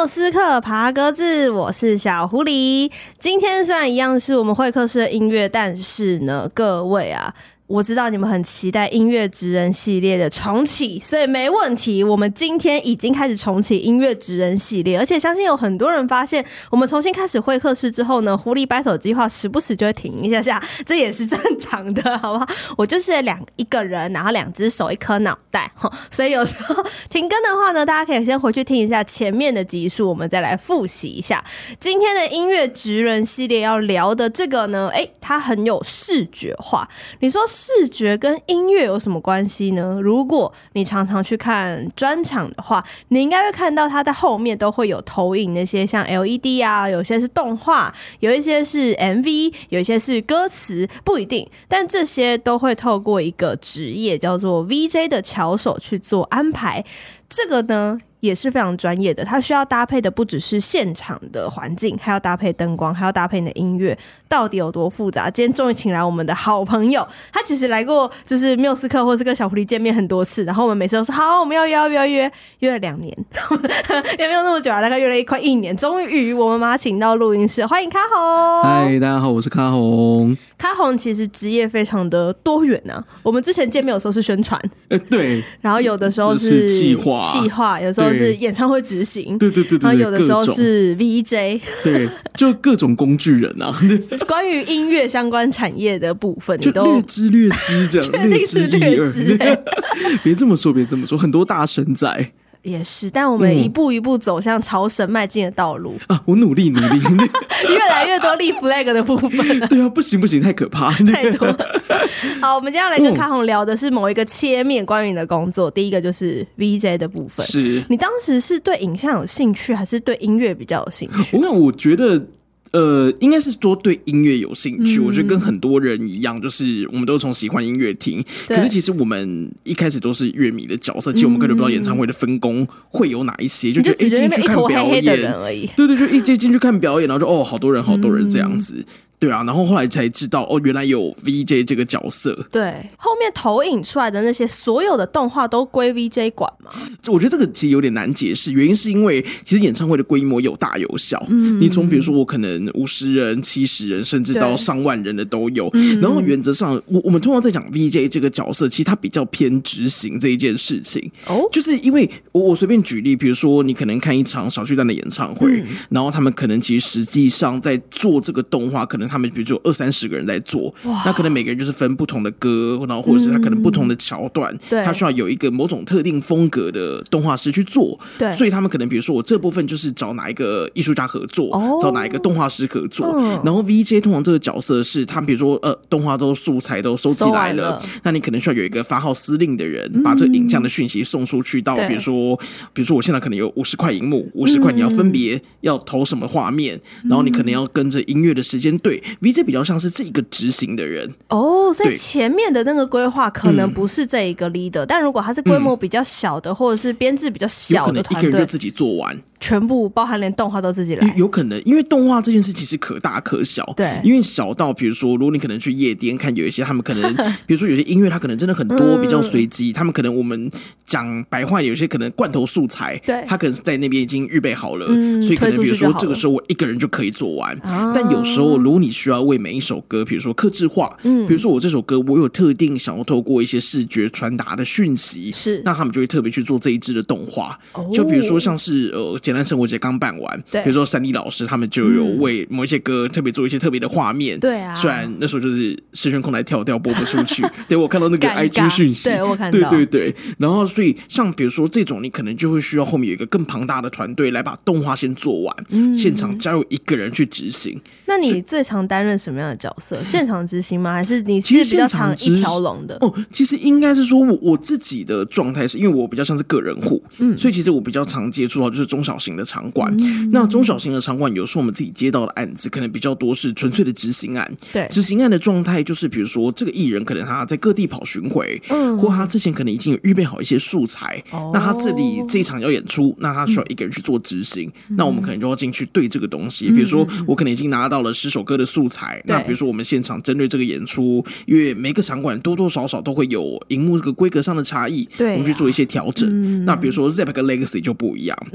缪斯克爬格子，我是小狐狸。今天虽然一样是我们会客室的音乐，但是呢，各位啊，我知道你们很期待音乐职人系列的重启，所以没问题，我们今天已经开始重启音乐职人系列，而且相信有很多人发现我们重新开始会客室之后呢，狐狸掰手计划时不时就会停一下下，这也是正常的，好不好？我就是一个人，然后2只手1颗脑袋，所以有时候停更的话呢，大家可以先回去听一下前面的集数，我们再来复习一下今天的音乐职人系列要聊的这个呢，它很有视觉化。你说视觉跟音乐有什么关系呢？如果你常常去看专场的话，你应该会看到它在后面都会有投影，那些像 LED 啊，有些是动画，有一些是 MV， 有一些是歌词，不一定，但这些都会透过一个职业叫做 VJ 的巧手去做安排。这个呢也是非常专业的，它需要搭配的不只是现场的环境，还要搭配灯光，还要搭配你的音乐，到底有多复杂？今天终于请来我们的好朋友，他其实来过就是缪斯克或是跟小狐狸见面很多次，然后我们每次都说好，我们要约了2年也没有那么久啊，大概约了快1年，终于我们把他请到录音室，欢迎卡红。 嗨，大家好，我是卡红。 卡红其实职业非常的多元啊，我们之前见面有时候是宣传， 对， 然后有的时候是企划，有时候是演唱会执行， 对， 然后有的时候是 VJ， 对，就各种工具人啊。 关于音乐相关产业的部分，你都略知这样， 确定是略知别这么说，很多大神在。 也是，但我们一步一步走向朝神迈进的道路啊！我努力， 越来越多立 flag 的部分。 对啊，不行，太可怕， 太多。好，我们接下来跟卡红聊的是某一个切面关于你的工作。第一个就是 VJ 的部分。 是你当时是对影像有兴趣，还是对音乐比较有兴趣？ 我觉得。应该是说对音乐有兴趣，我觉得跟很多人一样，就是我们都从喜欢音乐听，可是其实我们一开始都是乐迷的角色，其实我们根本不知道演唱会的分工会有哪一些，就觉得进去看表演，对，就一进去看表演，然后就好多人这样子。对啊，然后后来才知道原来有 VJ 这个角色。对， 后面投影出来的那些所有的动画都归 VJ 管吗？ 我觉得这个其实有点难解释，原因是因为其实演唱会的规模有大有小，你从比如说我可能50人、70人，甚至到上万人的都有。然后原则上，我们通常在讲 VJ 这个角色，其实他比较偏执行这一件事情。就是因为我随便举例，比如说你可能看一场小巨蛋的演唱会，然后他们可能其实实际上在做这个动画，可能他们比如说20-30个人在做，那可能每个人就是分不同的歌，然后或者是他可能不同的桥段，他需要有一个某种特定风格的动画师去做，对，所以他们可能比如说我这部分就是找哪一个艺术家合作，找哪一个动画师合作，然后 VJ 通常这个角色是他比如说动画都素材都收集来了，那你可能需要有一个发号司令的人，把这个影像的讯息送出去到比如说我现在可能有50块荧幕，50块你要分别要投什么画面，然后你可能要跟着音乐的时间对。VJ 比较像是这一个执行的人所以前面的那个规划可能不是这一个 leader，但如果他是规模比较小的，或者是编制比较小的团队， 有可能一个人就自己做完。 全部包含连动画都自己来， 有可能，因为动画这件事其实可大可小，对，因为小到比如说，如果你可能去夜店看，有一些他们可能，比如说有些音乐它可能真的很多，比较随机，他们可能我们讲白话，有些可能罐头素材，对，他可能在那边已经预备好了，所以可能比如说这个时候我一个人就可以做完，但有时候如果你需要为每一首歌，比如说客制化，比如说我这首歌我有特定想要透过一些视觉传达的讯息，是，那他们就会特别去做这一支的动画，就比如说像是简单生活节刚办完，比如说珊妮老师他们就有为某一些歌特别做一些特别的画面，对啊，虽然那时候就是视讯控来跳掉播不出去，对，我看到那个 IG 讯息， 对，我看到， 对，然后所以像比如说这种你可能就会需要后面有一个更庞大的团队来把动画先做完，现场加入一个人去执行。 那你最常担任什么样的角色？现场执行吗？还是你是比较常一条龙的？ 其实应该是说我自己的状态是因为我比较像是个人户，所以其实我比较常接触到就是中小型的场馆。那中小型的场馆有时候我们自己接到的案子可能比较多是纯粹的执行案，对，执行案的状态就是比如说这个艺人可能他在各地跑巡回，或他之前可能已经有预备好一些素材，那他这里这一场要演出，那他需要一个人去做执行，那我们可能就要进去对这个东西，比如说我可能已经拿到了10首歌的素材，那比如说我们现场针对这个演出，因为每个场馆多多少少都会有荧幕这个规格上的差异，对，我们去做一些调整，那比如说 ZEP 跟 Legacy 就不一样，对，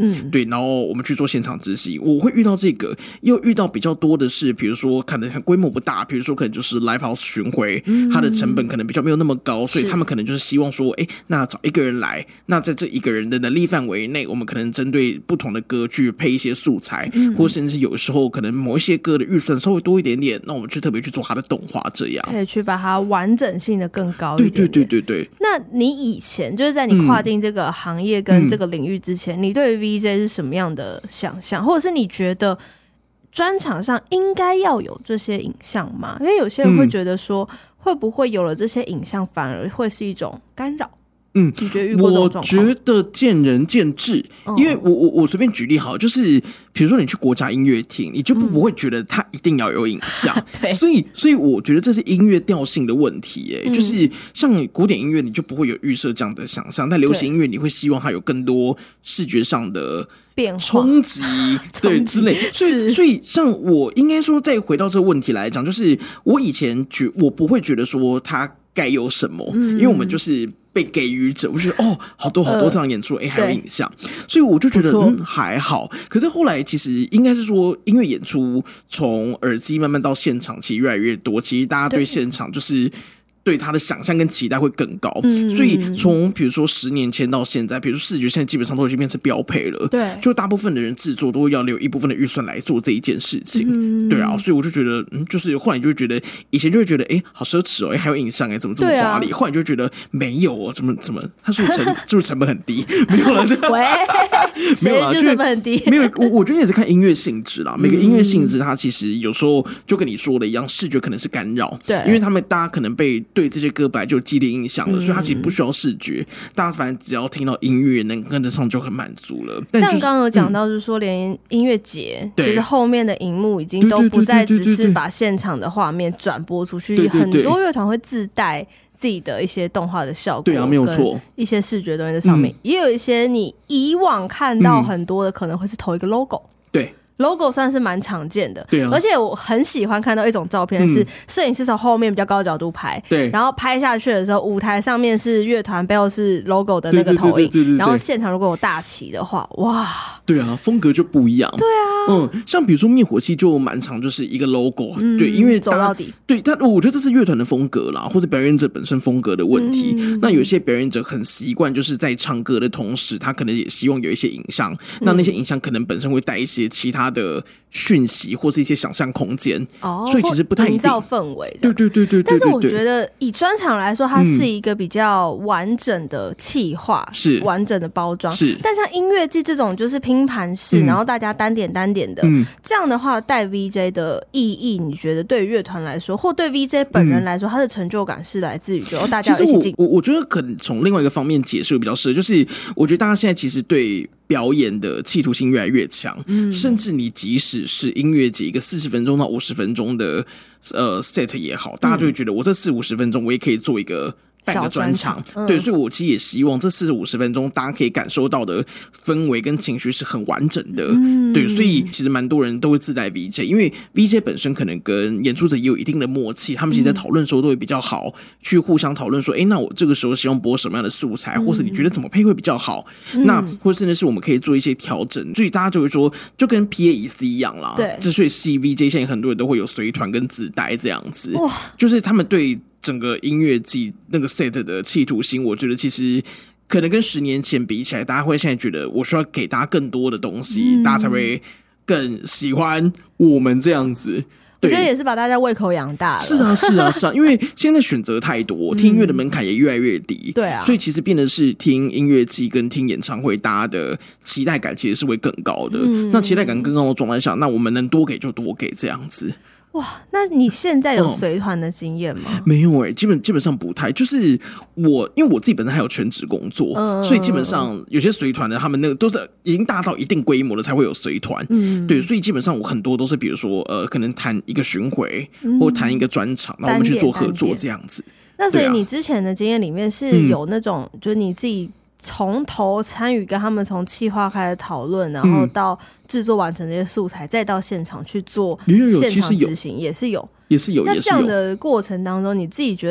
然后我们去做现场执行，我会遇到这个，又遇到比较多的是比如说可能规模不大，比如说可能就是 live house 巡回，它的成本可能比较没有那么高，所以他们可能就是希望说那找一个人来，那在这一个人的能力范围内，我们可能针对不同的歌去配一些素材，或甚至有时候可能某一些歌的预算稍微多一点点，那我们去特别去做它的动画，这样可以去把它完整性的更高一点点。 对。 那你以前就是在你跨进这个行业跟这个领域之前，你对于 VJ 是什么样的想象，或者是你觉得专场上应该要有这些影像吗？因为有些人会觉得说，会不会有了这些影像反而会是一种干扰？你觉得遇过这种状况？ 我觉得见仁见智，因为我随便举例好，就是比如说你去国家音乐厅，你就不会觉得它一定要有影像， 对， 所以我觉得这是音乐调性的问题，就是像古典音乐你就不会有预设这样的想象，但流行音乐你会希望它有更多视觉上的冲击，对之类，所以像我应该说，再回到这个问题来讲，就是我以前我不会觉得说它该有什么，因为我们就是被给予者，我觉得好多这样演出，还有影像，所以我就觉得还好。可是后来其实应该是说，音乐演出从耳机慢慢到现场，其实越来越多，其实大家对现场就是对他的想象跟期待会更高，所以从比如说10年前到现在，比如说视觉现在基本上都已经变成标配了， 对， 就大部分的人制作都要留一部分的预算来做这一件事情，对啊，所以我就觉得，就是后来就会觉得，以前就会觉得，好奢侈哦，还有影像，怎么这么华丽？后来就会觉得没有哦，怎么，它是不是成本很低？没有了，没有啦， 就成本很低， 没有，我觉得也是看音乐性质啦，每个音乐性质它其实有时候就跟你说的一样，视觉可能是干扰， 对， 因为大家可能对这些歌本来就有既定印象了，所以它其实不需要视觉，大家反正只要听到音乐能跟得上就很满足了。但像刚刚有讲到，就是说连音乐节，其实后面的荧幕已经都不再只是把现场的画面转播出去，很多乐团会自带自己的一些动画的效果， 对啊，没有错， 一些视觉东西在上面，也有一些你以往看到很多的可能会是投一个 logo， 对。 logo 算是蛮常见的， 对啊， 而且我很喜欢看到一种照片是摄影师从后面比较高的角度拍， 对， 然后拍下去的时候，舞台上面是乐团，背后是 logo 的那个投影，然后现场如果有大旗的话，哇， 对啊，风格就不一样， 对啊， 像比如说灭火器就蛮常就是一个 logo，对，因为走到底， 对，我觉得这是乐团的风格啦，或者表演者本身风格的问题。那有些表演者很习惯就是在唱歌的同时，他可能也希望有一些影像，那些影像可能本身会带一些其他的讯息或是一些想象空间，所以其实不太一定营造氛围。 对。 但是我觉得以专场来说，它是一个比较完整的企划， 是完整的包装。 是， 但像音乐季这种就是拼盘式，然后大家单点的，这样的话带 VJ 的意义，你觉得对于乐团来说，或对 VJ 本人来说，他的成就感是来自于就大家一起进。 我觉得可能从另外一个方面解释比较适合，就是我觉得大家现在其实对表演的企图心越来越强，甚至你即使是音乐节一个40分钟到50分钟的set 也好，大家就会觉得我这40-50分钟我也可以做一个办个专场，对，所以我其实也希望这40-50分钟大家可以感受到的氛围跟情绪是很完整的，对，所以其实蛮多人都会自带 VJ， 因为 VJ 本身可能跟演出者也有一定的默契，他们其实在讨论的时候都会比较好，去互相讨论说，那我这个时候希望播什么样的素材，或是你觉得怎么配会比较好，那或甚至是我们可以做一些调整，所以大家就会说，就跟 PAEC 一样啦，对，所以 VJ 现在很多人都会有随团跟自带这样子，就是他们对整个音乐季那个 set 的企图心，我觉得其实可能跟10年前比起来，大家会现在觉得我需要给大家更多的东西，大家才会更喜欢我们这样子。 我觉得也是把大家胃口养大了。 是啊，因为现在选择太多，听音乐的门槛也越来越低，对啊，所以其实变得是听音乐季跟听演唱会，大家的期待感其实是会更高的。那期待感更高的状态下，那我们能多给就多给这样子。 哇，那你现在有随团的经验吗？ 没有基本上不太，就是因为我自己本身还有全职工作，所以基本上有些随团的他们那个都是已经大到一定规模了才会有随团，对，所以基本上我很多都是比如说可能谈一个巡回，或谈一个专场，然后我们去做合作这样子。 那所以你之前的经验里面是有那种，就是你自己从头参与跟他们从企划开始讨论，然后到制作完成这些素材，再到现场去做现场执行，也是有。 也是有。 那这样的过程当中，你自己觉得你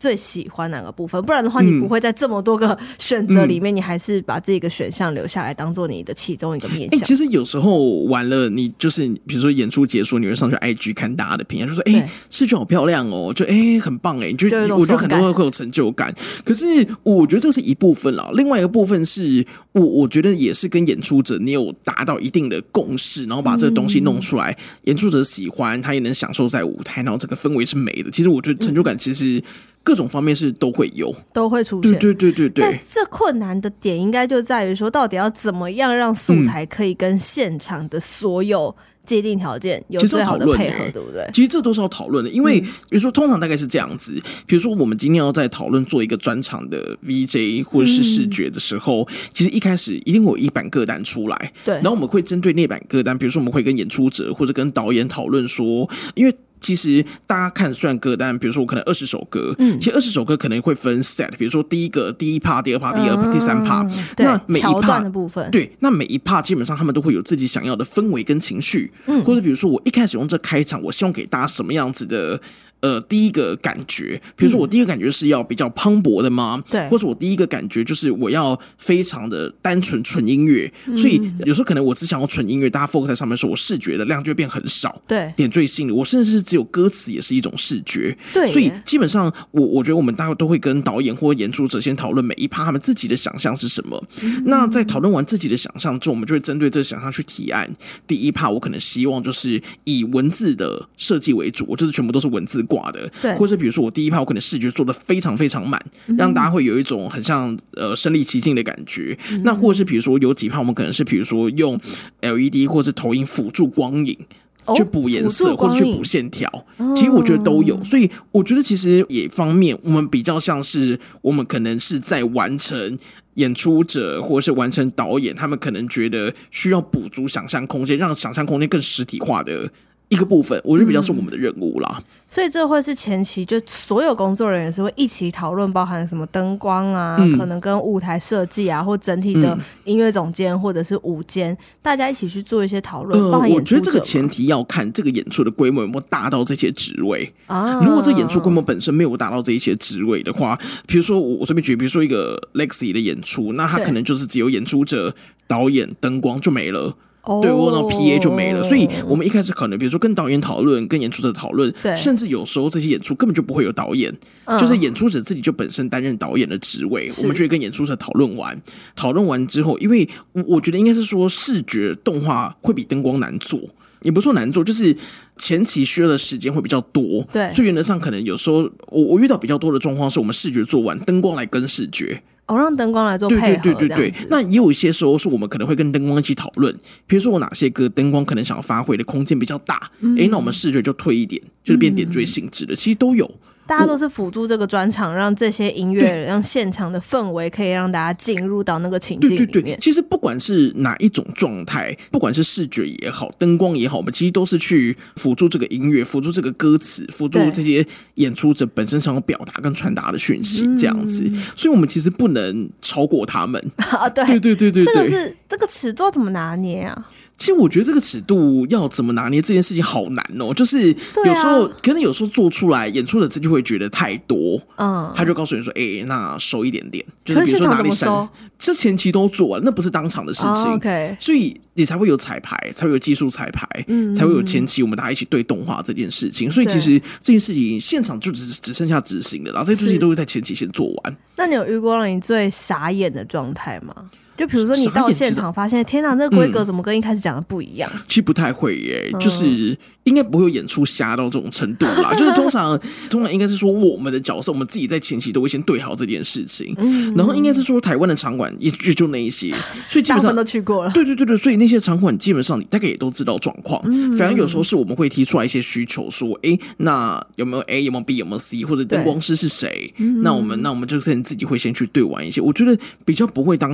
最喜欢哪个部分？不然的话，你不会在这么多个选择里面，你还是把这个选项留下来当做你的其中一个面向。 其实有时候完了，你就是比如说演出结束，你会上去 IG 看大家的评价，就说视觉好漂亮哦，就很棒哎，就我觉得可能会有成就感。可是我觉得这是一部分啦，另外一个部分是我觉得也是跟演出者你有达到一定的共识，然后把这个东西弄出来，演出者喜欢，他也能享受在舞台，然后这个氛围是美的。其实我觉得成就感其实各种方面是都会有， 都会出现。 对。 但这困难的点应该就在于说，到底要怎么样让素材可以跟现场的所有界定条件有最好的配合，对不对？ 其实这都是要讨论的，因为比如说通常大概是这样子，比如说我们今天要在讨论做一个专场的 VJ 或者是视觉的时候，其实一开始一定会有一版歌单出来， 对， 然后我们会针对那版歌单，比如说我们会跟演出者或者跟导演讨论说，因为其实大家看虽然歌单，比如说我可能20首歌，其实20首歌可能会分 set， 比如说第一 part、第二 part、第二 part、第三 part，那每一 part 的部分， 对，那每一 part 基本上他们都会有自己想要的氛围跟情绪，或者比如说我一开始用这开场，我希望给大家什么样子的。第一个感觉，比如说我第一个感觉是要比较磅礴的吗？ 对， 或者我第一个感觉就是我要非常的单纯纯音乐，所以有时候可能我只想要纯音乐，大家 focus 在上面的时候，我视觉的量就会变很少， 对， 点缀性的，我甚至是只有歌词也是一种视觉， 对， 所以基本上我觉得我们大概都会跟导演或演出者先讨论每一趴他们自己的想象是什么，那在讨论完自己的想象之后，我们就会针对这个想象去提案。第一趴我可能希望就是以文字的设计为主，我就是全部都是文字挂的， 对， 或者比如说我第一趴我可能视觉做的非常非常满，让大家会有一种很像身临其境的感觉，那或者是比如说有几趴我们可能是比如说用 LED 或者投影辅助光影去补颜色或者去补线条，其实我觉得都有，所以我觉得其实也方面我们比较像是我们可能是在完成演出者或者是完成导演他们可能觉得需要补足想象空间，让想象空间更实体化的一个部分，我觉得比较是我们的任务啦。 所以这会是前期就所有工作人员是会一起讨论，包含什么灯光啊，可能跟舞台设计啊，或整体的音乐总监或者是舞监，大家一起去做一些讨论。包含演出者， 我觉得这个前提要看这个演出的规模有没有达到这些职位啊。如果这个演出规模本身没有达到这一些职位的话，比如说我随便举，比如说一个 Lexi 的演出，那他可能就是只有演出者、导演、灯光就没了。对，我那 PA 就没了，所以我们一开始可能比如说跟导演讨论，跟演出者讨论，甚至有时候这些演出根本就不会有导演，就是演出者自己就本身担任导演的职位，我们就会跟演出者讨论完之后，因为我觉得应该是说视觉动画会比灯光难做，也不是说难做，就是前期需要的时间会比较多， 对， 所以原则上可能有时候我遇到比较多的状况是我们视觉做完，灯光来跟视觉。让灯光来做配合， 对。那也有一些时候是我们可能会跟灯光一起讨论，比如说我哪些歌灯光可能想要发挥的空间比较大，那我们视觉就退一点，就是变点缀性质的，其实都有。 大家都是辅助这个专场，让这些音乐，让现场的氛围可以让大家进入到那个情境里面。 对，其实不管是哪一种状态，不管是视觉也好，灯光也好，我们其实都是去辅助这个音乐，辅助这个歌词，辅助这些演出者本身想要表达跟传达的讯息，这样子。所以我们其实不能超过他们啊！对，这个尺度怎么拿捏啊？ 其实我觉得这个尺度要怎么拿捏这件事情好难哦，就是有时候、可能有时候做出来，演出者自己会觉得太多，他就告诉你说，那收一点点，就是比如说哪里删，这前期都做完，那不是当场的事情，所以你才会有彩排，才会有技术彩排，才会有前期我们大家一起对动画这件事情，所以其实这件事情现场就只剩下执行了，然后这些事情都会在前期先做完。 那你有遇过让你最傻眼的状态吗？就比如说你到现场发现，天哪，那个规格怎么跟一开始讲的不一样？ 其实不太会耶，就是应该不会有演出瞎到这种程度啦。就是通常应该是说我们的角色，我们自己在前期都会先对好这件事情，然后应该是说台湾的场馆也就那一些，所以基本上都去过了。 对，所以那些场馆基本上你大概也都知道状况。反而有时候是我们会提出来一些需求，说，那有没有 A， 有没有 B， 有没有 C， 或者灯光师是谁？那我们就自己会先去对完一些。我觉得比较不会当天有意外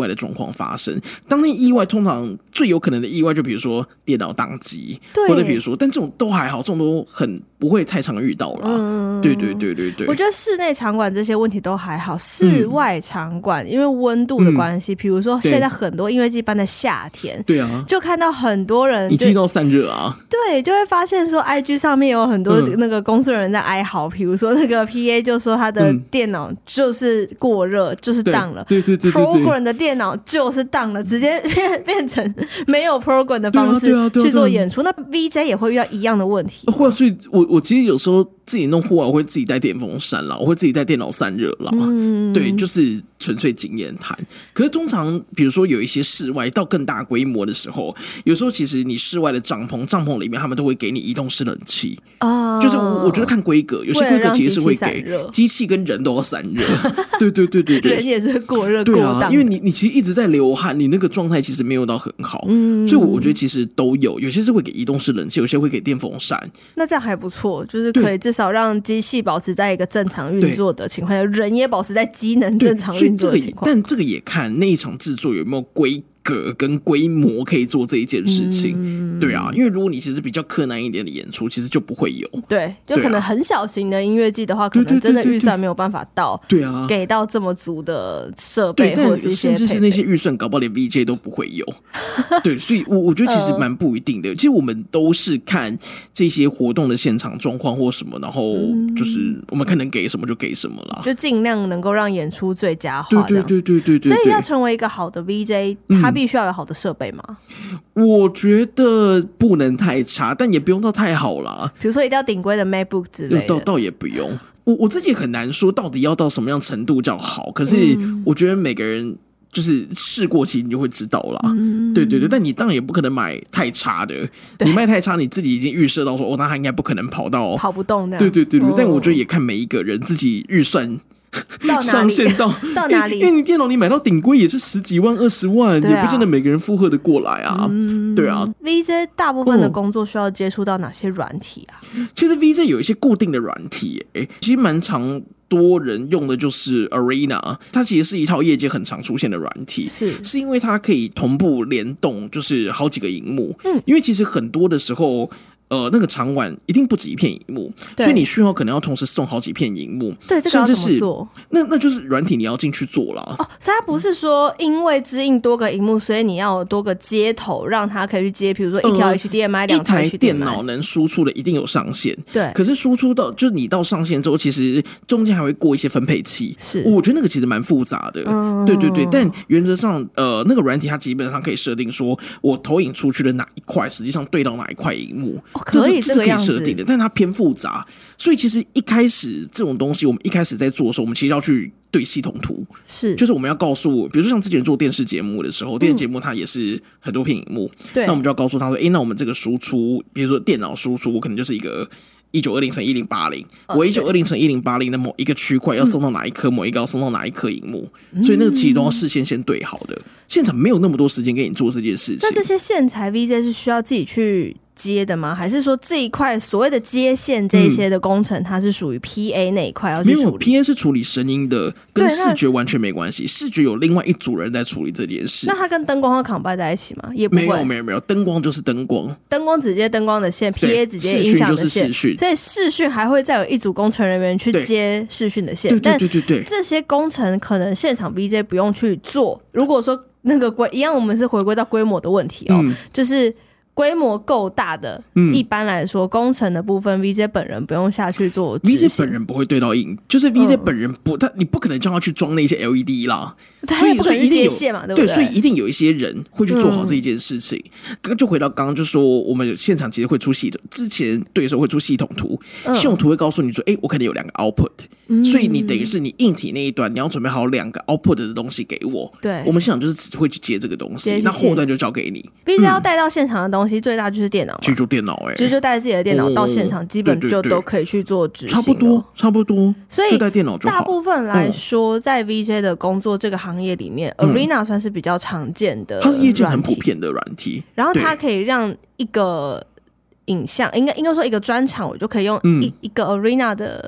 外的状况发生。当那意外通常最有可能的意外，就比如说电脑宕机，或者比如说，但这种都还好，这种都很不会太常遇到啦。对对对对对， 我觉得室内场馆这些问题都还好，室外场馆因为温度的关系，比如说现在很多音乐季办在夏天， 对啊， 就看到很多人你季到散热啊， 对，就会发现说 IG 上面有很多那个公司人在哀嚎，比如说那个 PA 就说他的电脑就是过热，就是当了， 对 program 的电脑就是当了，直接变成没有 program 的方式去做演出。那 VJ 也会遇到一样的问题， 或者所以我其实有时候自己弄户外，我会自己带电风扇啦，我会自己带电脑散热啦，对，就是纯粹经验谈。可是通常比如说有一些室外到更大规模的时候，有时候其实你室外的帐篷里面他们都会给你移动式冷气就是我觉得看规格，有些规格其实是会给机器跟人都要散热对对对对对， 人也是过热对过当， 因为你其实一直在流汗，你那个状态其实没有到很好，所以我觉得其实都有些是会给移动式冷气，有些会给电风扇， 那这样还不错，就是可以至少让机器保持在一个正常运作的情况下，人也保持在机能正常运作的情况。 但这个也看那一场制作有没有规格跟规模可以做这一件事情，对啊，因为如果你其实比较困难一点的演出，其实就不会有， 对，就可能很小型的音乐季的话，可能真的预算没有办法到， 对啊， 给到这么足的设备或者是一些甚至是那些预算搞不好连 VJ 都不会有对，所以我觉得其实蛮不一定的，其实我们都是看这些活动的现场状况或什么，然后就是我们看能给什么就给什么啦， 就尽量能够让演出最佳化， 对， 所以要成为一个好的 VJ，他必须要有好的设备吗？ 我觉得不能太差，但也不用到太好啦， 比如说一定要顶规的 MacBook 之类的， 倒也不用。我自己很难说到底要到什么样程度叫好，可是我觉得每个人就是试过其实你就会知道啦，对对对，但你当然也不可能买太差的，你卖太差你自己已经预设到说那他应该不可能跑不动那样，对对对对，但我觉得也看每一个人自己预算上限到哪里，因为你电脑你买到顶规也是10几万20万，也不见得每个人负荷得过来啊，对啊。 VJ 大部分的工作需要接触到哪些软体啊？ 其实 VJ 有一些固定的软体其实蛮常多人用的就是 Arena， 它其实是一套业界很常出现的软体，是因为它可以同步联动就是好几个萤幕，因为其实很多的时候那个场馆一定不止一片萤幕，所以你需要可能要同时送好几片萤幕。 对，这个要怎么做？ 那就是软体你要进去做了。 所以它不是说因为支应多个萤幕，所以你要有多个接头，让它可以去接，比如说一条 HDMI， 两条 HDMI。一台电脑能输出的一定有上限， 对。 可是输出到就是你到上限之后，其实中间还会过一些分配器， 是。 我觉得那个其实蛮复杂的，对对对。但原则上，那个软体它基本上可以设定说，我投影出去的哪一块，实际上对到哪一块萤幕。 可以这个样子， 设定的，但它偏复杂，所以其实一开始这种东西，我们一开始在做的时候，我们其实要去对系统图，就是我们要告诉，比如说像之前做电视节目的时候，电视节目它也是很多片萤幕，那我们就要告诉他说，那我们这个输出，比如说电脑输出，我可能就是一个1920x1080，我1920x1080的某一个区块要送到哪一颗，某一个要送到哪一颗萤幕，所以那个其实都要事先对好的，现场没有那么多时间给你做这件事情。 那这些线材 VJ 是需要自己去接的吗？还是说这一块所谓的接线这一些的工程，它是属于 PA 那一块要去处理？ 没有 ，PA 是处理声音的，跟视觉完全没关系。视觉有另外一组人在处理这件事。 那它跟灯光和combine在一起吗？也不会， 没有，灯光就是灯光， 灯光只接灯光的线 ，PA 只接音响的线，所以视讯还会再有一组工程人员去接视讯的线。 对， 这些工程可能现场 VJ 不用去做。如果说那个一样，我们是回归到规模的问题就是规模够大的，一般来说工程的部分 VJ 本人不用下去做执行， VJ 本人不会对到影，就是 VJ 本人不，你不可能叫他去装那些 LED 啦， 他也不可能接线嘛，对不对？ 所以一定有一些人会去做好这一件事情。就回到刚刚就说，我们现场其实会出系统，之前对的时候会出系统图，系统图会告诉你说，我可能有2个 output，所以你等于是你硬体那一端你要准备好2个 output 的东西给我， 对， 我们现场就是只会去接这个东西，那后端就交给你。 VJ 要带到现场的东西最大就是电脑嘛， 其实就电脑其实就带自己的电脑到现场，基本就都可以去做执行了， 差不多。 所以带电脑就好。 大部分来说，在 VJ 的工作这个行业里面，Arena 算是比较常见的， 它是业界很普遍的软体。 然后它可以让一个影像，应该说一个专场，我就可以用一个 Arena 的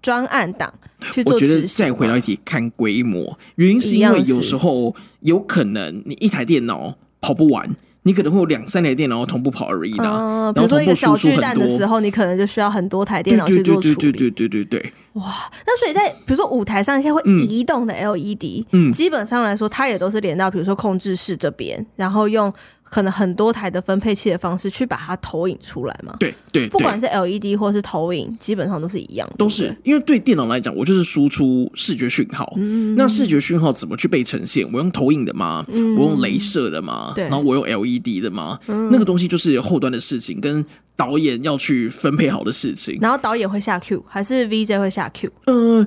专案档去做执行吗？ 我觉得再回到一题，看规模，原因是因为有时候有可能你一台电脑跑不完，你可能会有2-3台电脑同步跑而已的， 比如说一个小巨蛋的时候，你可能就需要很多台电脑去做处理。 对。 哇，那所以在比如说舞台上现在会移动的 LED，基本上来说它也都是连到比如说控制室这边，然后用可能很多台的分配器的方式去把它投影出来嘛。 对， 不管是 LED 或是投影，基本上都是一样的。 都是因为对电脑来讲，我就是输出视觉讯号。那视觉讯号怎么去被呈现？我用投影的吗？我用雷射的吗？然后我用 LED 的吗？那个东西就是后端的事情，跟导演要去分配好的事情。 然后导演会下 Q 还是 VJ 会下 Q？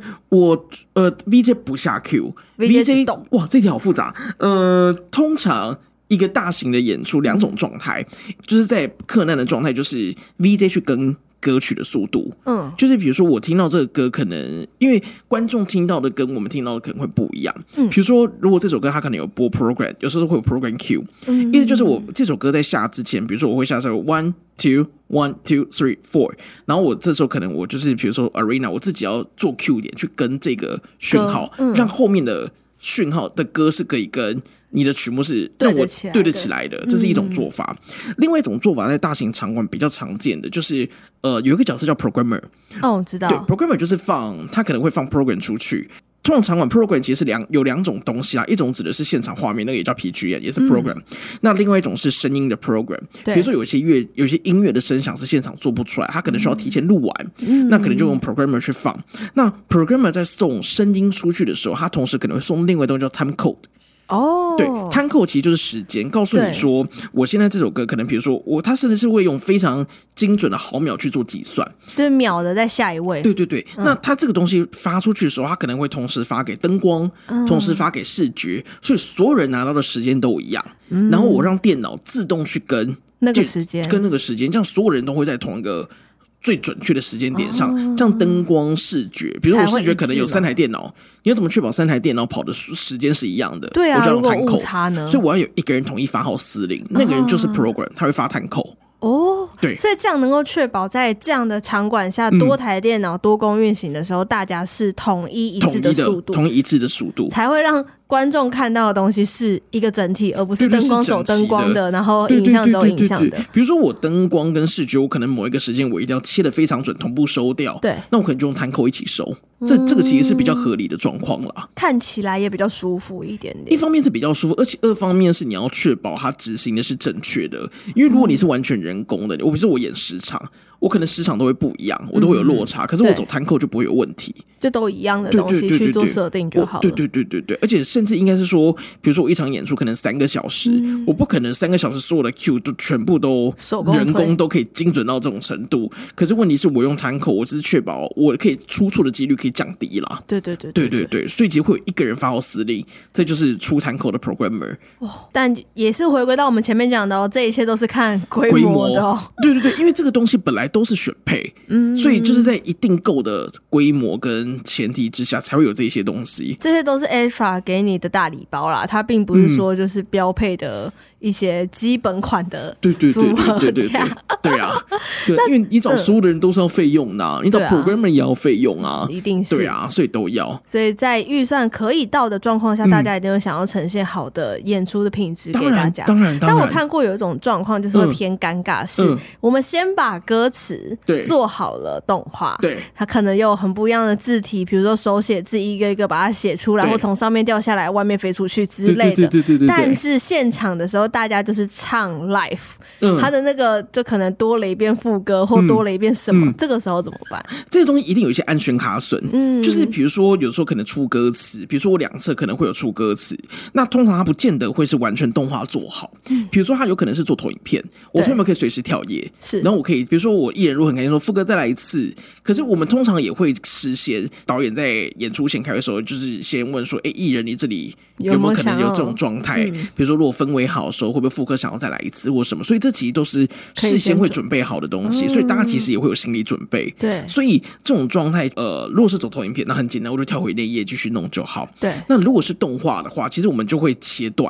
VJ 不下 Q，VJ 懂。 哇，这题好复杂。通常一个大型的演出2种状态，就是在克难的状态，就是 VJ 去跟歌曲的速度，就是比如说我听到这个歌，可能因为观众听到的跟我们听到的可能会不一样。比如说，如果这首歌它可能有播 program， 有时候会有 program Q，意思就是我这首歌在下之前，比如说我会下这个 1 2 1 2 3 4，然后我这时候可能我就是比如说 arena， 我自己要做 Q 点去跟这个讯号，让后面的讯号的歌是可以跟你的曲目是让我对得起来的，这是一种做法。另外一种做法在大型场馆比较常见的就是有一个角色叫 programmer。 知道。 对， programmer 就是他可能会放 program 出去。通常场馆 program 其实是有2种东西啦，一种指的是现场画面，那个也叫 PGM， 也是 program。那另外一种是声音的 program， 比如说有些音乐的声响是现场做不出来，它可能需要提前录完，那可能就用 programmer 去放。那 programmer 在送声音出去的时候，他同时可能会送另外一东西叫 time code。对 time code 其实就是时间，告诉你说我现在这首歌可能比如说他甚至是会用非常精准的毫秒去做计算， 就是秒的在下一位。 对，那他这个东西发出去的时候，他可能会同时发给灯光，同时发给视觉，所以所有人拿到的时间都一样，然后我让电脑自动去跟那个时间， 这样所有人都会在同一个最准确的时间点上，这样灯光视觉，比如说我视觉可能有3台电脑，你要怎么确保3台电脑跑的时间是一样的？ 对啊， 我就要用如果误差呢？ 所以我要有一个人统一发号司令，那个人就是 program， 他会发time code。对， 所以这样能够确保在这样的场馆下，多台电脑多工运行的时候，大家是统一一致的速度， 统一一致的速度， 才会让观众看到的东西是一个整体，而不是灯光走灯光的，然后影像走影像的。 比如说我灯光跟视觉，我可能某一个时间我一定要切得非常准，同步收掉。 对， 那我可能就用time code一起收。这个其实是比较合理的状况啦， 看起来也比较舒服一点点。 一方面是比较舒服，而且2方面是你要确保它执行的是正确的。因为如果你是完全人工的，比如说我演10场，我可能10场都会不一样，我都会有落差。可是我走time code就不会有问题， 就都一样的东西去做设定就好了。 对，而且甚至应该是说，比如说我一场演出可能3个小时，我不可能3个小时所有的 Q 都全部都人工都可以精准到这种程度。可是问题是我用time code，我只是确保我可以出错的几率可以降低啦。对，所以其实会有一个人发号司令，这就是出time code的 programmer。 但也是回归到我们前面讲的这一切都是看规模的对，因为这个东西本来都是选配，所以就是在一定够的规模跟前提之下，才会有这些东西。 这些都是 Extra 给你的大礼包啦，它并不是说就是标配的一些基本款的组合价。 对啊，因为你找所有的人都是要费用的，你找 programmer 也要费用啊， 一定是。 对啊，所以都要。 所以在预算可以到的状况下，大家一定会想要呈现好的演出的品质给大家。 当然。 但我看过有一种状况，就是会偏尴尬，是我们先把歌词做好了动画，它可能有很不一样的字体，比如说手写字一个一个把它写出来，或从上面掉下来，外面飞出去之类的。但是现场的时候，大家就是唱 live，它的那个就可能多了一遍副歌，或多了一遍什么，这个时候怎么办？ 这个东西一定有一些安全卡损，就是比如说有时候可能出歌词，比如说我2侧可能会有出歌词，那通常它不见得会是完全动画做好，比如说它有可能是做投影片，我投影片可以随时跳页，然后我可以比如说我艺人如果很开心说副歌再来一次，可是我们通常也会事先导演在演出前开会的时候，就是先问说，艺人你这里有没有可能有这种状态？比如说如果氛围好的时候，会不会副歌想要再来一次或什么？所以这其实都是事先会准备好的东西，所以大家其实也会有心理准备。 对， 所以这种状态，如果是走投影片，那很简单，我就跳回那页继续弄就好。 对， 那如果是动画的话，其实我们就会切断。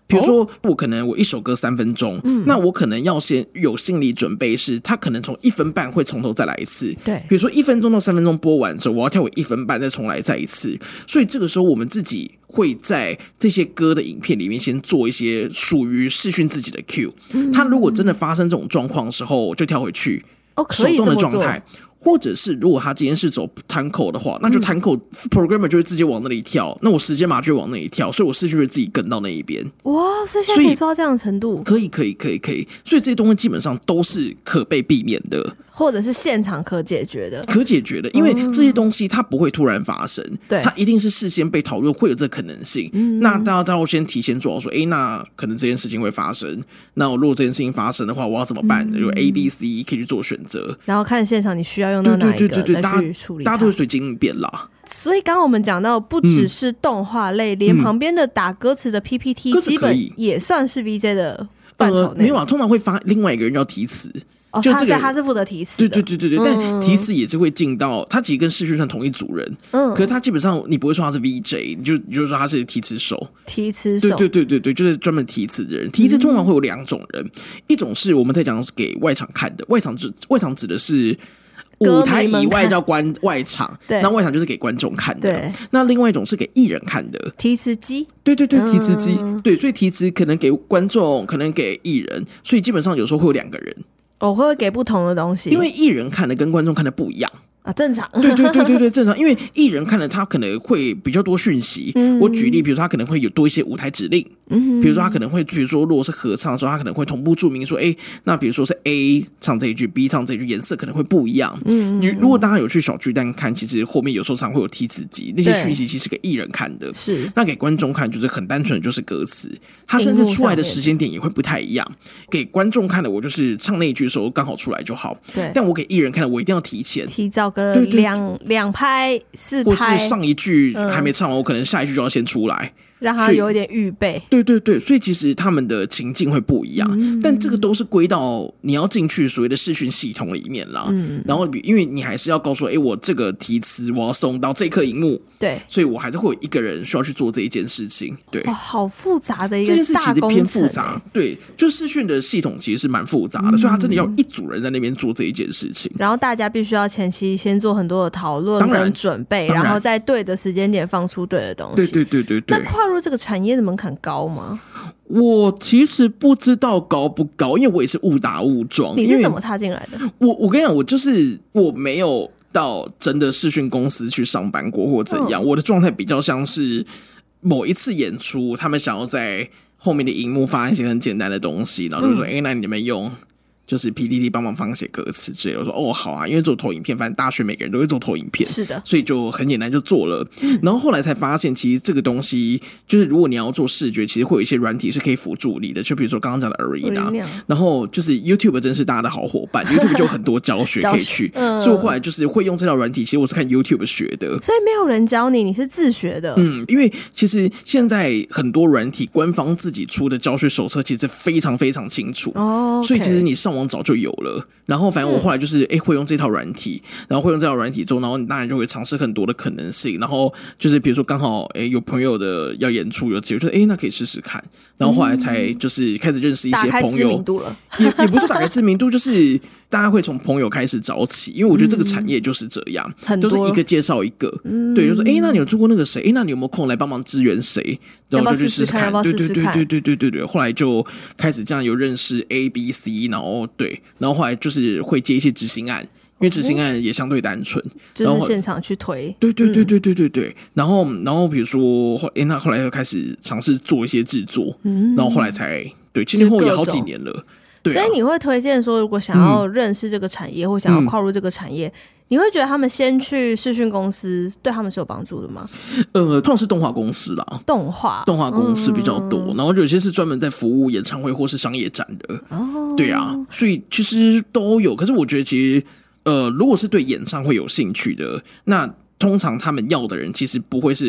比如说我可能我一首歌3分钟，那我可能要先有心理准备，是它可能从1分半会从头再来一次。 对， 比如说1分钟到3分钟播完之后，我要跳回1分半再重来再一次。所以这个时候我们自己会在这些歌的影片里面先做一些属于视讯自己的 Q。它如果真的发生这种状况的时候，就跳回去手动的状态。或者是如果他今天是走 time code 的话，那就 time code programmer 就会直接往那里跳，那我时间码就会往那里跳，所以我视讯会自己跟到那一边。 哇，所以现在可以做到这样的程度？ 可以，所以这些东西基本上都是可被避免的， 或者是现场可解决的， 因为这些东西它不会突然发生， 对， 它一定是事先被讨论会有这可能性。那大家要先提前做好说，那可能这件事情会发生，那如果这件事情发生的话，我要怎么办？有 A、B、C 可以去做选择， 然后看现场你需要用到哪一个再去处理它， 大家都会随机应变啦。 所以刚刚我们讲到，不只是动画类，连旁边的打歌词的 PPT 基本也算是 VJ 的范畴内。 没有啊，通常会发另外一个人要提词。 就这个他是负责提词的， 对，但提词也是会进到他其实跟视讯算同一组人，可是他基本上你不会说他是 VJ， 你就说他是提词手，对，就是专门提词的人。提词通常会有2种人，一种是我们在讲给外场看的，外场指的是舞台以外叫外场，那外场就是给观众看的。那另外一种是给艺人看的， 提词机。 对，提词机。对，所以提词可能给观众，可能给艺人，所以基本上有时候会有2个人。 我会给不同的东西， 因为艺人看的跟观众看的不一样啊，正常。 对，正常。因为艺人看了他可能会比较多讯息。我举例，比如说他可能会有多一些舞台指令。比如说他可能会，比如说如果是合唱的时候，他可能会同步注明说，那比如说是 A 唱这一句 ，B 唱这一句，颜色可能会不一样。如果大家有去小巨蛋看，其实后面有时候常会有提词机，那些讯息其实给艺人看的， 是那给观众看就是很单纯的就是歌词，他甚至出来的时间点也会不太一样。给观众看的我就是唱那一句的时候刚好出来就好， 对。 但我给艺人看的我一定要提前提早个两拍4拍， 或是上一句还没唱完，我可能下一句就要先出来。 让他有一点预备， 对，所以其实他们的情境会不一样，但这个都是归到你要进去所谓的视讯系统里面啦。然后因为你还是要告诉我这个提词我要送到这颗荧幕， 对， 所以我还是会有一个人需要去做这一件事情。对， 好复杂的一个这件事其实偏复杂， 对，就视讯的系统其实是蛮复杂的，所以他真的要一组人在那边做这一件事情， 然后大家必须要前期先做很多的讨论跟准备，然后在对的时间点放出对的东西。 对。 那跨入这个产业的门槛高吗？ 我其实不知道高不高，因为我也是误打误撞。 你是怎么踏进来的？ 我跟你讲，我没有到真的视讯公司去上班过或怎样，我的状态比较像是某一次演出，他们想要在后面的荧幕发一些很简单的东西，然后就说那你们用就是 PPT 帮忙放写歌词之类的。我说好啊，因为做投影片，反正大学每个人都会做投影片， 是的， 所以就很简单就做了。然后后来才发现，其实这个东西就是如果你要做视觉，其实会有一些软体是可以辅助你的，就比如说刚刚讲的 Arena， 然后就是 YouTube 真是大家的好伙伴，YouTube 就有很多教学可以去，所以我后来就是会用这套软体，其实我是看 YouTube 学的， 所以没有人教你，你是自学的。 因为其实现在很多软体官方自己出的教学手册其实非常非常清楚所以其实你上网早就有了。然后反正我后来就是会用这套软体，然后会用这套软体之后，然后你当然就会尝试很多的可能性。然后就是比如说刚好有朋友的要演出有机会，就是那可以试试看。然后后来才就是开始认识一些朋友， 打开知名度了。 也不是打开知名度，就是大家会从朋友开始找起，因为我觉得这个产业就是这样，都是一个介绍一个。对，就说那你有做过那个谁？那你有没有空来帮忙支援谁？然后就去试试看。对，后来就开始这样有认识 A、B、C， 然后后来就是会接一些执行案。因为执行案也相对单纯， 就是现场去推。 对。然后比如说，那后来又开始尝试做一些制作，然后后来才前后也好几年了。对所以你会推荐说，如果想要认识这个产业，或想要跨入这个产业，你会觉得他们先去视讯公司对他们是有帮助的吗？ 通常是动画公司啦，动画公司比较多，然后有些是专门在服务演唱会或是商业展的。对啊，所以其实都有。可是我觉得其实。如果是对演唱会有兴趣的，那通常他们要的人其实不会是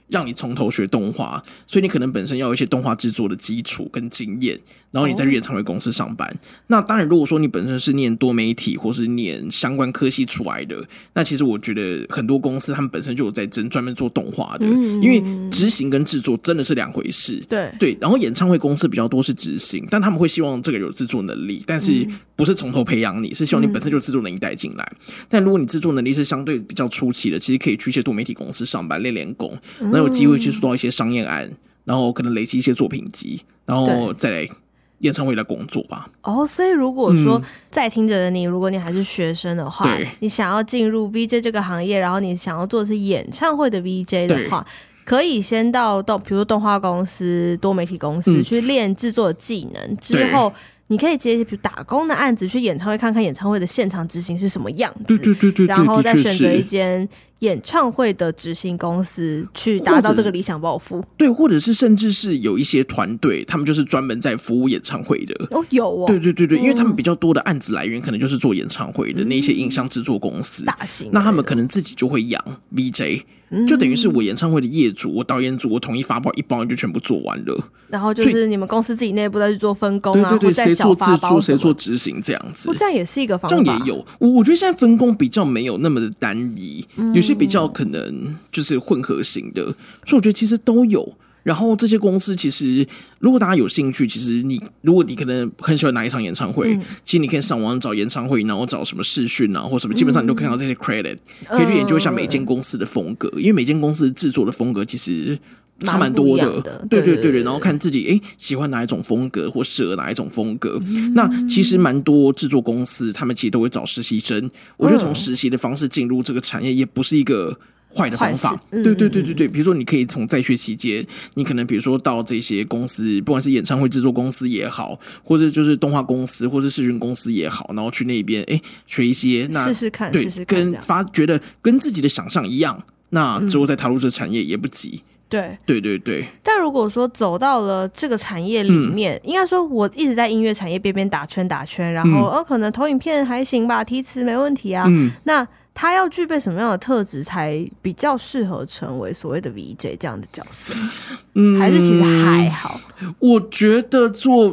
让你从头学动画，所以你可能本身要有一些动画制作的基础跟经验，然后你再去演唱会公司上班。那当然，如果说你本身是念多媒体或是念相关科系出来的，那其实我觉得很多公司他们本身就有在专门做动画的，因为执行跟制作真的是两回事。对，然后演唱会公司比较多是执行，但他们会希望这个有制作能力，但是不是从头培养你，是希望你本身就制作能力带进来。但如果你制作能力是相对比较初期的，其实可以去一些多媒体公司上班练功，然后有机会接触到一些商业案，然后可能累积一些作品集，然后再来演唱会的工作吧。 所以如果说在听着的你，如果你还是学生的话，你想要进入 VJ 这个行业，然后你想要做的是演唱会的 VJ 的话，可以先到比如说动画公司、多媒体公司去练制作的技能，之后你可以接比如打工的案子，去演唱会看看演唱会的现场执行是什么样子，对，然后再选择一间演唱会的执行公司去达到这个理想抱负。 对，或者是甚至是有一些团队，他们就是专门在服务演唱会的。 有对，因为他们比较多的案子来源可能就是做演唱会的那些影像制作公司， 大型， 那他们可能自己就会养 VJ。就等于是我演唱会的业主，我导演组，我统一发包一包就全部做完了， 然后就是你们公司自己内部再去做分工啊， 对，谁做制作，谁做做执行这样子。 这样也是一个方法， 这样也有。我觉得现在分工比较没有那么的单一，有些比较可能就是混合型的，所以我觉得其实都有。然后这些公司其实，如果大家有兴趣，其实如果你可能很喜欢哪一场演唱会，其实你可以上网找演唱会，然后找什么视讯啊或什么，基本上你都可以看到这些 credit，可以去研究一下每间公司的风格，因为每间公司制作的风格其实差蛮多的。对，然后看自己喜欢哪一种风格或适合哪一种风格。那其实蛮多制作公司他们其实都会找实习生，我觉得从实习的方式进入这个产业也不是一个坏的方法。对，比如说你可以从在学期间，你可能比如说到这些公司，不管是演唱会制作公司也好，或者就是动画公司或者视讯公司也好，然后去那边学一些，那试试看， 对，跟觉得跟自己的想象一样，那之后再踏入这个产业也不急。对， 但如果说走到了这个产业里面，应该说我一直在音乐产业边打圈，然后可能投影片还行吧，题词没问题啊，那他要具备什么样的特质才比较适合成为所谓的 VJ 这样的角色？还是其实还好？ 我觉得做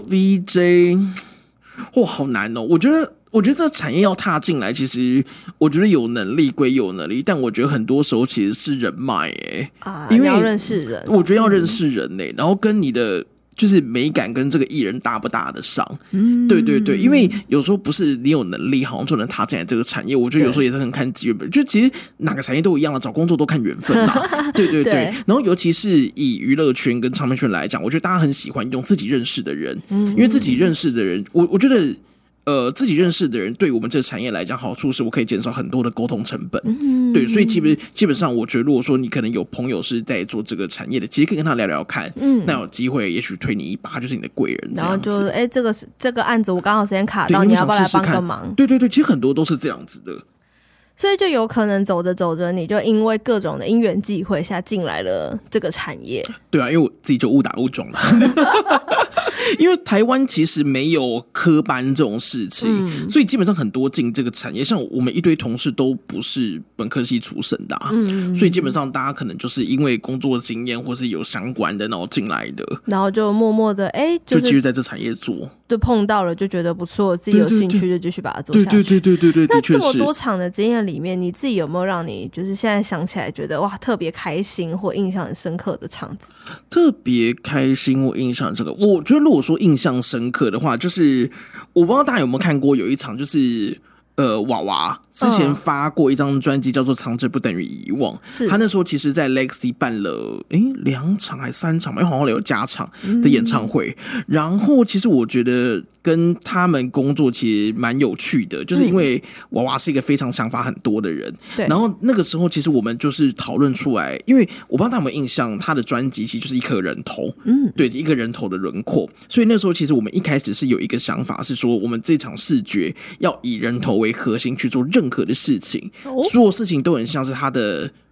VJ 好难哦。我觉得这个产业要踏进来，其实我觉得有能力归有能力，但我觉得很多时候其实是人脉因为要认识人， 我觉得要认识人然后跟你的就是美感跟这个艺人搭不搭得上。对，因为有时候不是你有能力好像就能踏进来这个产业，我觉得有时候也是很看机缘，就其实哪个产业都一样了，找工作都看缘分啦。对，然后尤其是以娱乐圈跟唱片圈来讲，我觉得大家很喜欢用自己认识的人，因为自己认识的人，我觉得自己认识的人对我们这个产业来讲，好处是我可以减少很多的沟通成本。对，所以基本上，我觉得如果说你可能有朋友是在做这个产业的，其实可以跟他聊聊看，那有机会也许推你一把，他就是你的贵人。 然后就这个案子我刚好时间卡到，你要不要来帮个忙？ 对，其实很多都是这样子的。 所以就有可能走着走着，你就因为各种的因缘际会下进来了这个产业。 对啊，因为我自己就误打误撞了。因为台湾其实没有科班这种事情，所以基本上很多进这个产业，像我们一堆同事都不是本科系出身的所以基本上大家可能就是因为工作经验或是有相关的然后进来的， 然后就默默的就继续在这产业做， 就碰到了就觉得不错，自己有兴趣就继续把它做下去。 对， 那这么多场的经验里面，你自己有没有让你就是现在想起来觉得哇特别开心或印象很深刻的场子？ 特别开心或印象这个，我觉得如果说印象深刻的话，就是我不知道大家有没有看过有一场就是娃娃之前发过一张专辑叫做《藏着不等于遗忘》，他那时候其实在 Legacy 办了2场还3场吧，因为好像有加场的演唱会。然后其实我觉得跟他们工作其实蛮有趣的，就是因为娃娃是一个非常想法很多的人。然后那个时候其实我们就是讨论出来，因为我不知道大家有没有印象，他的专辑其实就是一颗人头，对，一个人头的轮廓。所以那时候其实我们一开始是有一个想法，是说我们这场视觉要以人头为核心去做任何的事情，所有事情都很像是他的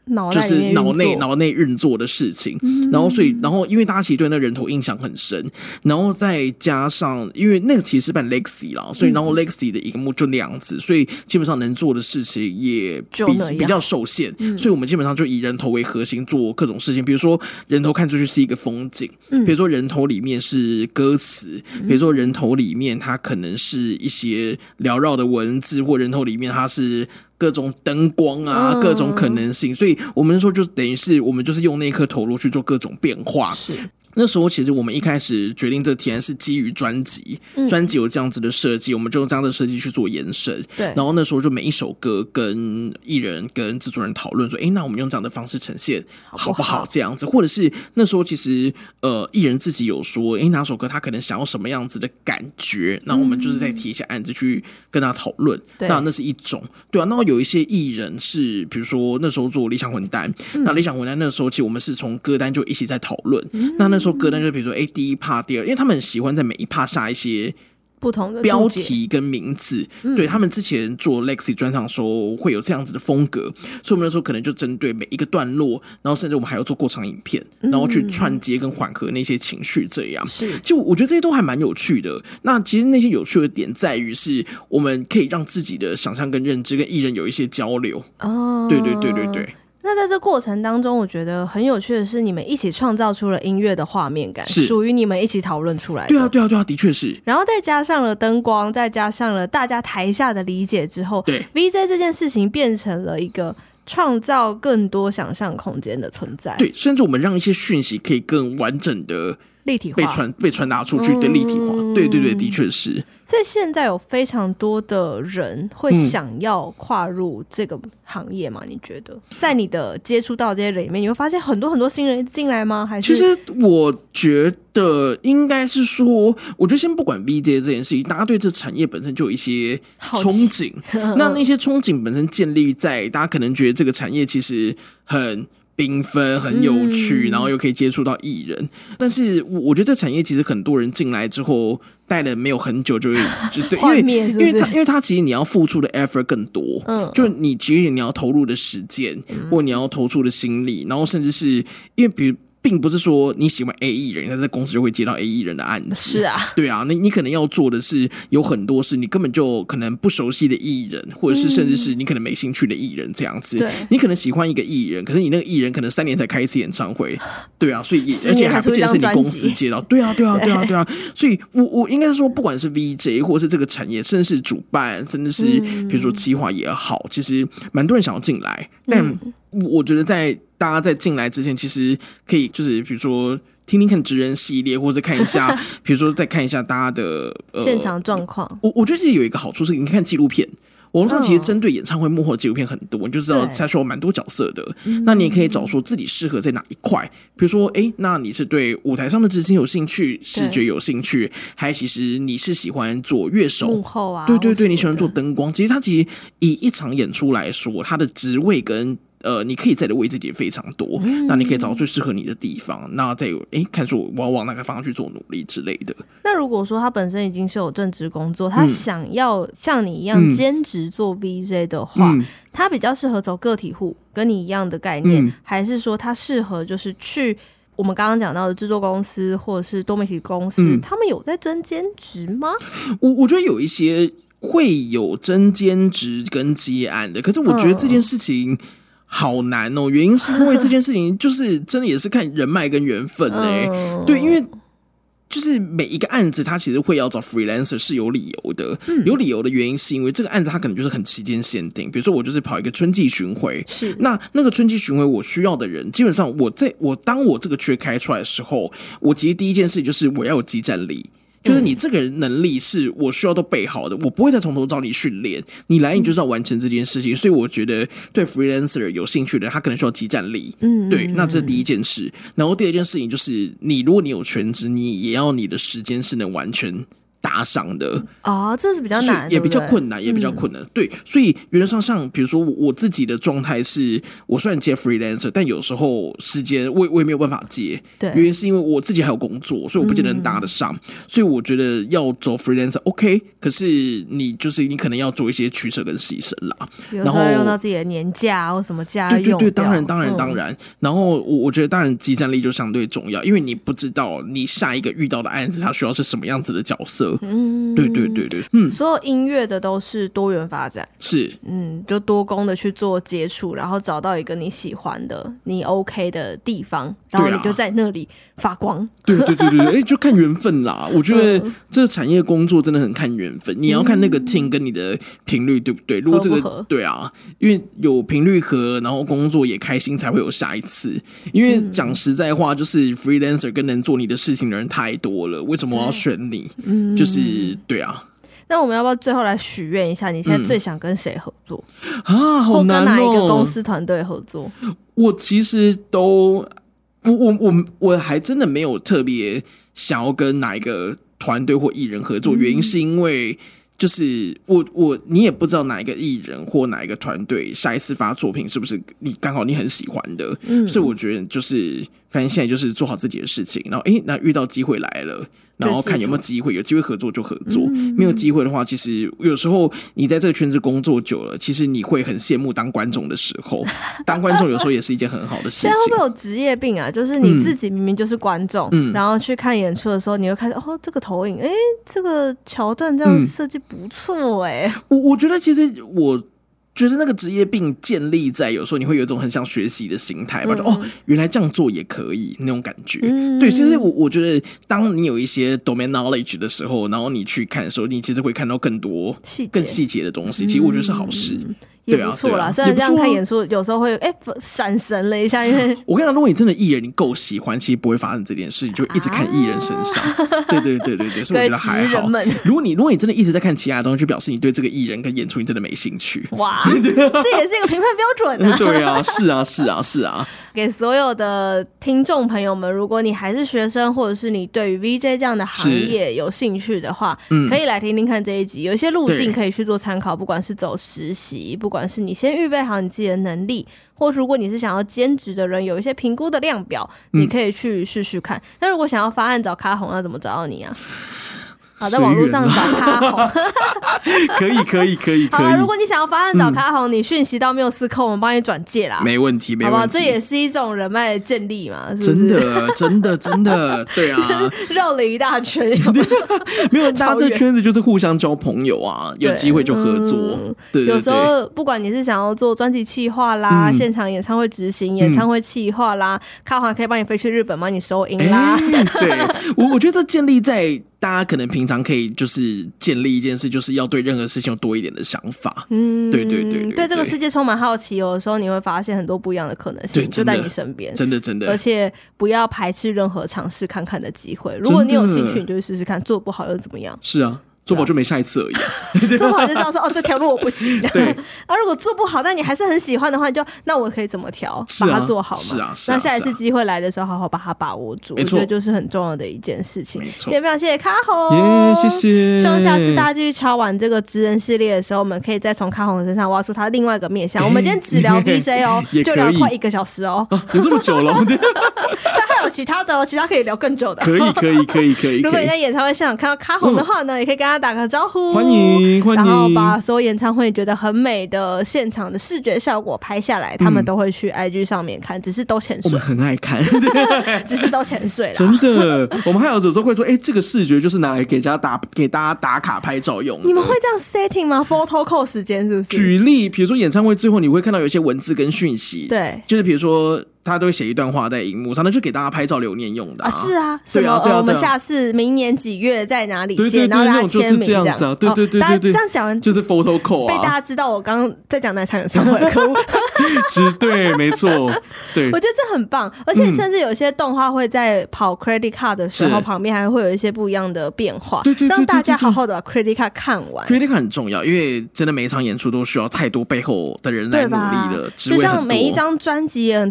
就是脑内运作的事情，然后因为大家其实对那人头印象很深，然后再加上因为那个其实是扮 Lexi 啦，所以然后 Lexi 的荧幕就那样子，所以基本上能做的事情也比较受限，所以我们基本上就以人头为核心做各种事情，比如说人头看出去是一个风景，比如说人头里面是歌词，比如说人头里面它可能是一些缭绕的文字，或人头里面它是各种灯光啊，各种可能性，所以我们说就等于是我们就是用那一颗头颅去做各种变化。是那时候其实我们一开始决定这个提案是基于专辑有这样子的设计，我们就用这样的设计去做延伸。对，然后那时候就每一首歌跟艺人跟制作人讨论说，那我们用这样的方式呈现好不好这样子，或者是那时候其实艺人自己有说，哪首歌他可能想要什么样子的感觉，那我们就是再提一下案子去跟他讨论。那是一种，对啊。然后有一些艺人是比如说那时候做理想混蛋，那理想混蛋那时候其实我们是从歌单就一起在讨论，那时候歌单就比如说第一 part 第二，因为他们很喜欢在每一 part 下一些不同的标题跟名字，对，他们之前做 Lexi 专场的时候会有这样子的风格，所以我们那时候可能就针对每一个段落，然后甚至我们还要做过场影片，然后去串接跟缓和那些情绪，这样就我觉得这些都还蛮有趣的。那其实那些有趣的点在于是我们可以让自己的想象跟认知跟艺人有一些交流。对对对对对。 那在这过程当中，我觉得很有趣的是，你们一起创造出了音乐的画面感，属于你们一起讨论出来的。 对啊，的确是。 然后再加上了灯光，再加上了大家台下的理解之后，对 VJ 这件事情变成了一个创造更多想象空间的存在。 对，甚至我们让一些讯息可以更完整的立体化被传达出去的立体化。对对对，的确是。 所以现在有非常多的人会想要跨入这个行业吗？你觉得在你的接触到这些人里面，你会发现很多很多新人进来吗？还是其实我觉得应该是说，我觉得先不管 VJ 这件事情，大家对这产业本身就有一些憧憬那些憧憬本身建立在大家可能觉得这个产业其实很缤纷很有趣，然后又可以接触到艺人，但是我觉得这产业其实很多人进来之后待了没有很久就对，因为他其实你要付出的 effort 更多，就你其实你要投入的时间，或你要投出的心力，然后甚至是因为比如并不是说你喜欢 A 艺人，那在公司就会接到 A 艺人的案子。 是啊， 对啊，你可能要做的是有很多是你根本就可能不熟悉的艺人，或者是甚至是你可能没兴趣的艺人这样子。你可能喜欢一个艺人，可是你那个艺人可能3年才开一次演唱会。对啊，所以而且还不见得是你公司接到。对啊。所以我应该说，不管是 VJ 或是这个产业，甚至是主办，甚至是比如说企划也好，其实蛮多人想要进来，但我觉得在大家在进来之前，其实可以就是比如说听听看职人系列，或者看一下比如说再看一下大家的现场状况。 我觉得这有一个好处是，你看纪录片，网络上其实针对演唱会幕后的纪录片很多，你就知道它是有蛮多角色的。那你也可以找说自己适合在哪一块，比如说那你是对舞台上的执行有兴趣，视觉有兴趣，还其实你是喜欢做乐手幕后啊， 对，你喜欢做灯光。其实它其实以一场演出来说，它的职位跟你可以在的位置也非常多，那你可以找到最适合你的地方，那再有看说我要往哪个方向去做努力之类的。 那如果说他本身已经是有正职工作，他想要像你一样兼职做 VJ 的话，他比较适合走个体户，跟你一样的概念，还是说他适合就是去我们刚刚讲到的制作公司或者是多媒体公司，他们有在征兼职吗？ 我觉得有一些会有征兼职跟接案的，可是我觉得这件事情好难哦，原因是因为这件事情就是真的也是看人脉跟缘分对，因为就是每一个案子它其实会要找 freelancer 是有理由的，有理由的原因是因为这个案子它可能就是很期间限定，比如说我就是跑一个春季巡回，是那个春季巡回我需要的人，基本上当我这个缺开出来的时候，我其实第一件事就是我要有即战力。就是你这个人能力是我需要都备好的，我不会再从头找你训练，你来你就是要完成这件事情，所以我觉得对 freelancer 有兴趣的他可能需要即战力，对，那这是第一件事。然后第二件事情就是如果你有全职，你也要你的时间是能完全打赏的这是比较难， 也比较困难，也比较困难。对，所以原则上像比如说我自己的状态是，我虽然接 freelancer， 但有时候时间我也没有办法接， 对， 原因是因为我自己还有工作，所以我不见得能搭得上。所以我觉得要走 freelancer OK， 可是你可能要做一些取舍跟牺牲啦， 有时候用到自己的年假或什么假用， 对，当然。然后我觉得当然即战力就相对重要，因为你不知道你下一个遇到的案子它需要是什么样子的角色。对， 所有音乐的都是多元发展， 是就多工的去做接触，然后找到一个你喜欢的你 OK 的地方，然后你就在那里发光。 对，就看缘分啦。我觉得这个产业工作真的很看缘分，你要看那个 team 跟你的频率对不对？如果这个合不合， 对啊，因为有频率合，然后工作也开心，才会有下一次。因为讲实在话，就是 freelancer 跟能做你的事情的人太多了，为什么我要选你？就是对啊。 那我们要不要最后来许愿一下，你现在最想跟谁合作啊？好难哦， 或跟哪一个公司团队合作？ 我其实都，我还真的没有特别想要跟哪一个团队或艺人合作，原因是因为就是你也不知道哪一个艺人或哪一个团队下一次发作品是不是刚好你很喜欢的，所以我觉得就是反正现在就是做好自己的事情，然后那遇到机会来了，然后看有没有机会，有机会合作就合作，没有机会的话，其实有时候你在这个圈子工作久了，其实你会很羡慕当观众的时候，当观众有时候也是一件很好的事情。 现在会不会有职业病啊？就是你自己明明就是观众，然后去看演出的时候，你会看这个投影，这个桥段这样设计不错我觉得其实我觉得那个职业病建立在有时候你会有一种很想学习的心态吧，原来这样做也可以那种感觉。对，其实我觉得当你有一些 domain knowledge 的时候，然后你去看的时候，你其实会看到更多更细节的东西，其实我觉得是好事。 也不错啦，虽然这样看演出有时候会闪神了一下，因为我跟你讲，如果你真的艺人你够喜欢，其实不会发生这件事，你就一直看艺人身上。对，所以我觉得还好。如果你真的一直在看其他的东西，就表示你对这个艺人跟演出你真的没兴趣。 哇，这也是一个评判标准啊！ 对啊，是啊。 给所有的听众朋友们，如果你还是学生，或者是你对于 VJ 这样的行业有兴趣的话，可以来听听看这一集，有一些路径可以去做参考，不管是走实习，不管是你先预备好你自己的能力，或如果你是想要兼职的人，有一些评估的量表，你可以去试试看。那如果想要发案找咖红，要怎么找到你啊？好，在网络上找咖红可以。 好了，如果你想要发案找咖红，你讯息到缪斯扣，我们帮你转介啦， 没问题。 好不好？这也是一种人脉的建立嘛，是不是？真的，对啊， 绕了一大圈。 没有，大家这圈子就是互相交朋友啊，有机会就合作。对， 有时候不管你是想要做专辑企划啦，现场演唱会执行、演唱会企划啦，咖红还可以帮你飞去日本帮你收音啦。 对，我觉得这建立在大家可能平常可以就是建立一件事，就是要对任何事情有多一点的想法。对， 对这个世界充满好奇，有的时候你会发现很多不一样的可能性就在你身边， 真的， 而且不要排斥任何尝试看看的机会。如果你有兴趣，你就去试试看，做不好又怎么样？ 是啊。做不好就没下一次而已。 做不好就知道说这条路我不行。 对。 如果做不好，但你还是很喜欢的话，那我可以怎么调，把它做好嘛？ 是啊。 那下一次机会来的时候，好好把它把握住，我觉得就是很重要的一件事情。 没错。 今天非常谢谢咖红， 谢谢。 希望下次大家继续敲完这个职人系列的时候，我们可以再从咖红的身上挖出他另外一个面向。我们今天只聊 VJ 就聊快1个小时有这么久了？ 但还有其他的其他可以聊更久的。 可以。 如果你在演唱会现场看到咖红的话呢，也可以跟他打个招呼。 欢迎， 然后把所有演唱会觉得很美的现场的视觉效果拍下来，他们都会去 IG 上面看，只是都潜水。 我们很爱看， 只是都潜水啦。 真的，我们还有时候会说，这个视觉就是拿来给大家打卡拍照用的。 你们会这样 setting 吗 ？photo call 时间是不是？ 举例，比如说演唱会最后你会看到有一些文字跟讯息， 对， 就是比如说。他都会写一段话在荧幕上，那就给大家拍照留念用的啊。 是啊，什么我们下次明年几月在哪里见，然后大家签名这样子啊。 对，大家这样讲完就是 photo call 啊， 被大家知道我刚刚在讲哪场演唱会，可恶。 对，没错，对， 我觉得这很棒，而且甚至有些动画会在跑 credit card 的时候，旁边还会有一些不一样的变化，让大家好好的把 credit card 看完。 credit card 很重要，因为真的每一场演出都需要太多背后的人来努力了， 就像每一张专辑也很推荐大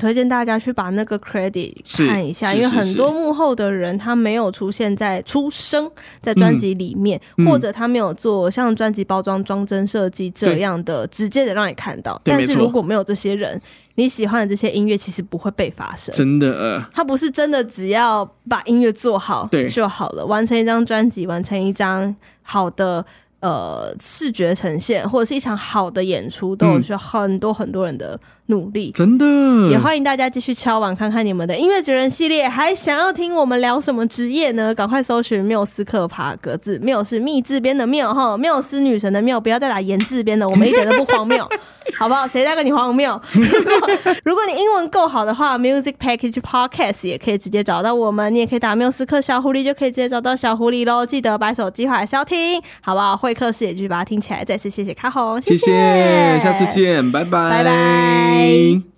大家去把那个 credit 看一下， 是因为很多幕后的人他没有出生在专辑里面，或者他没有做像专辑包装装帧设计这样的直接的让你看到，但是如果没有这些人，你喜欢的这些音乐其实不会被发生， 真的他不是真的只要把音乐做好就好了，完成一张专辑，完成一张好的视觉呈现，或者是一场好的演出，都有需要很多很多人的努力， 真的。 也欢迎大家继续敲碗看看你们的音乐职人系列，还想要听我们聊什么职业呢？赶快搜寻缪斯克帕格子，缪是密字边的缪哈，缪斯女神的缪，不要再打言字边的，我们一点都不荒谬好不好？谁在跟你荒谬如果你英文够好的话， Music Package Podcast 也可以直接找到我们，你也可以打缪斯克小狐狸就可以直接找到小狐狸咯。记得白手计划还是要听，好不好？会客室也继续把它听起来。再次谢谢卡红，谢谢， 下次见，拜拜， 拜拜。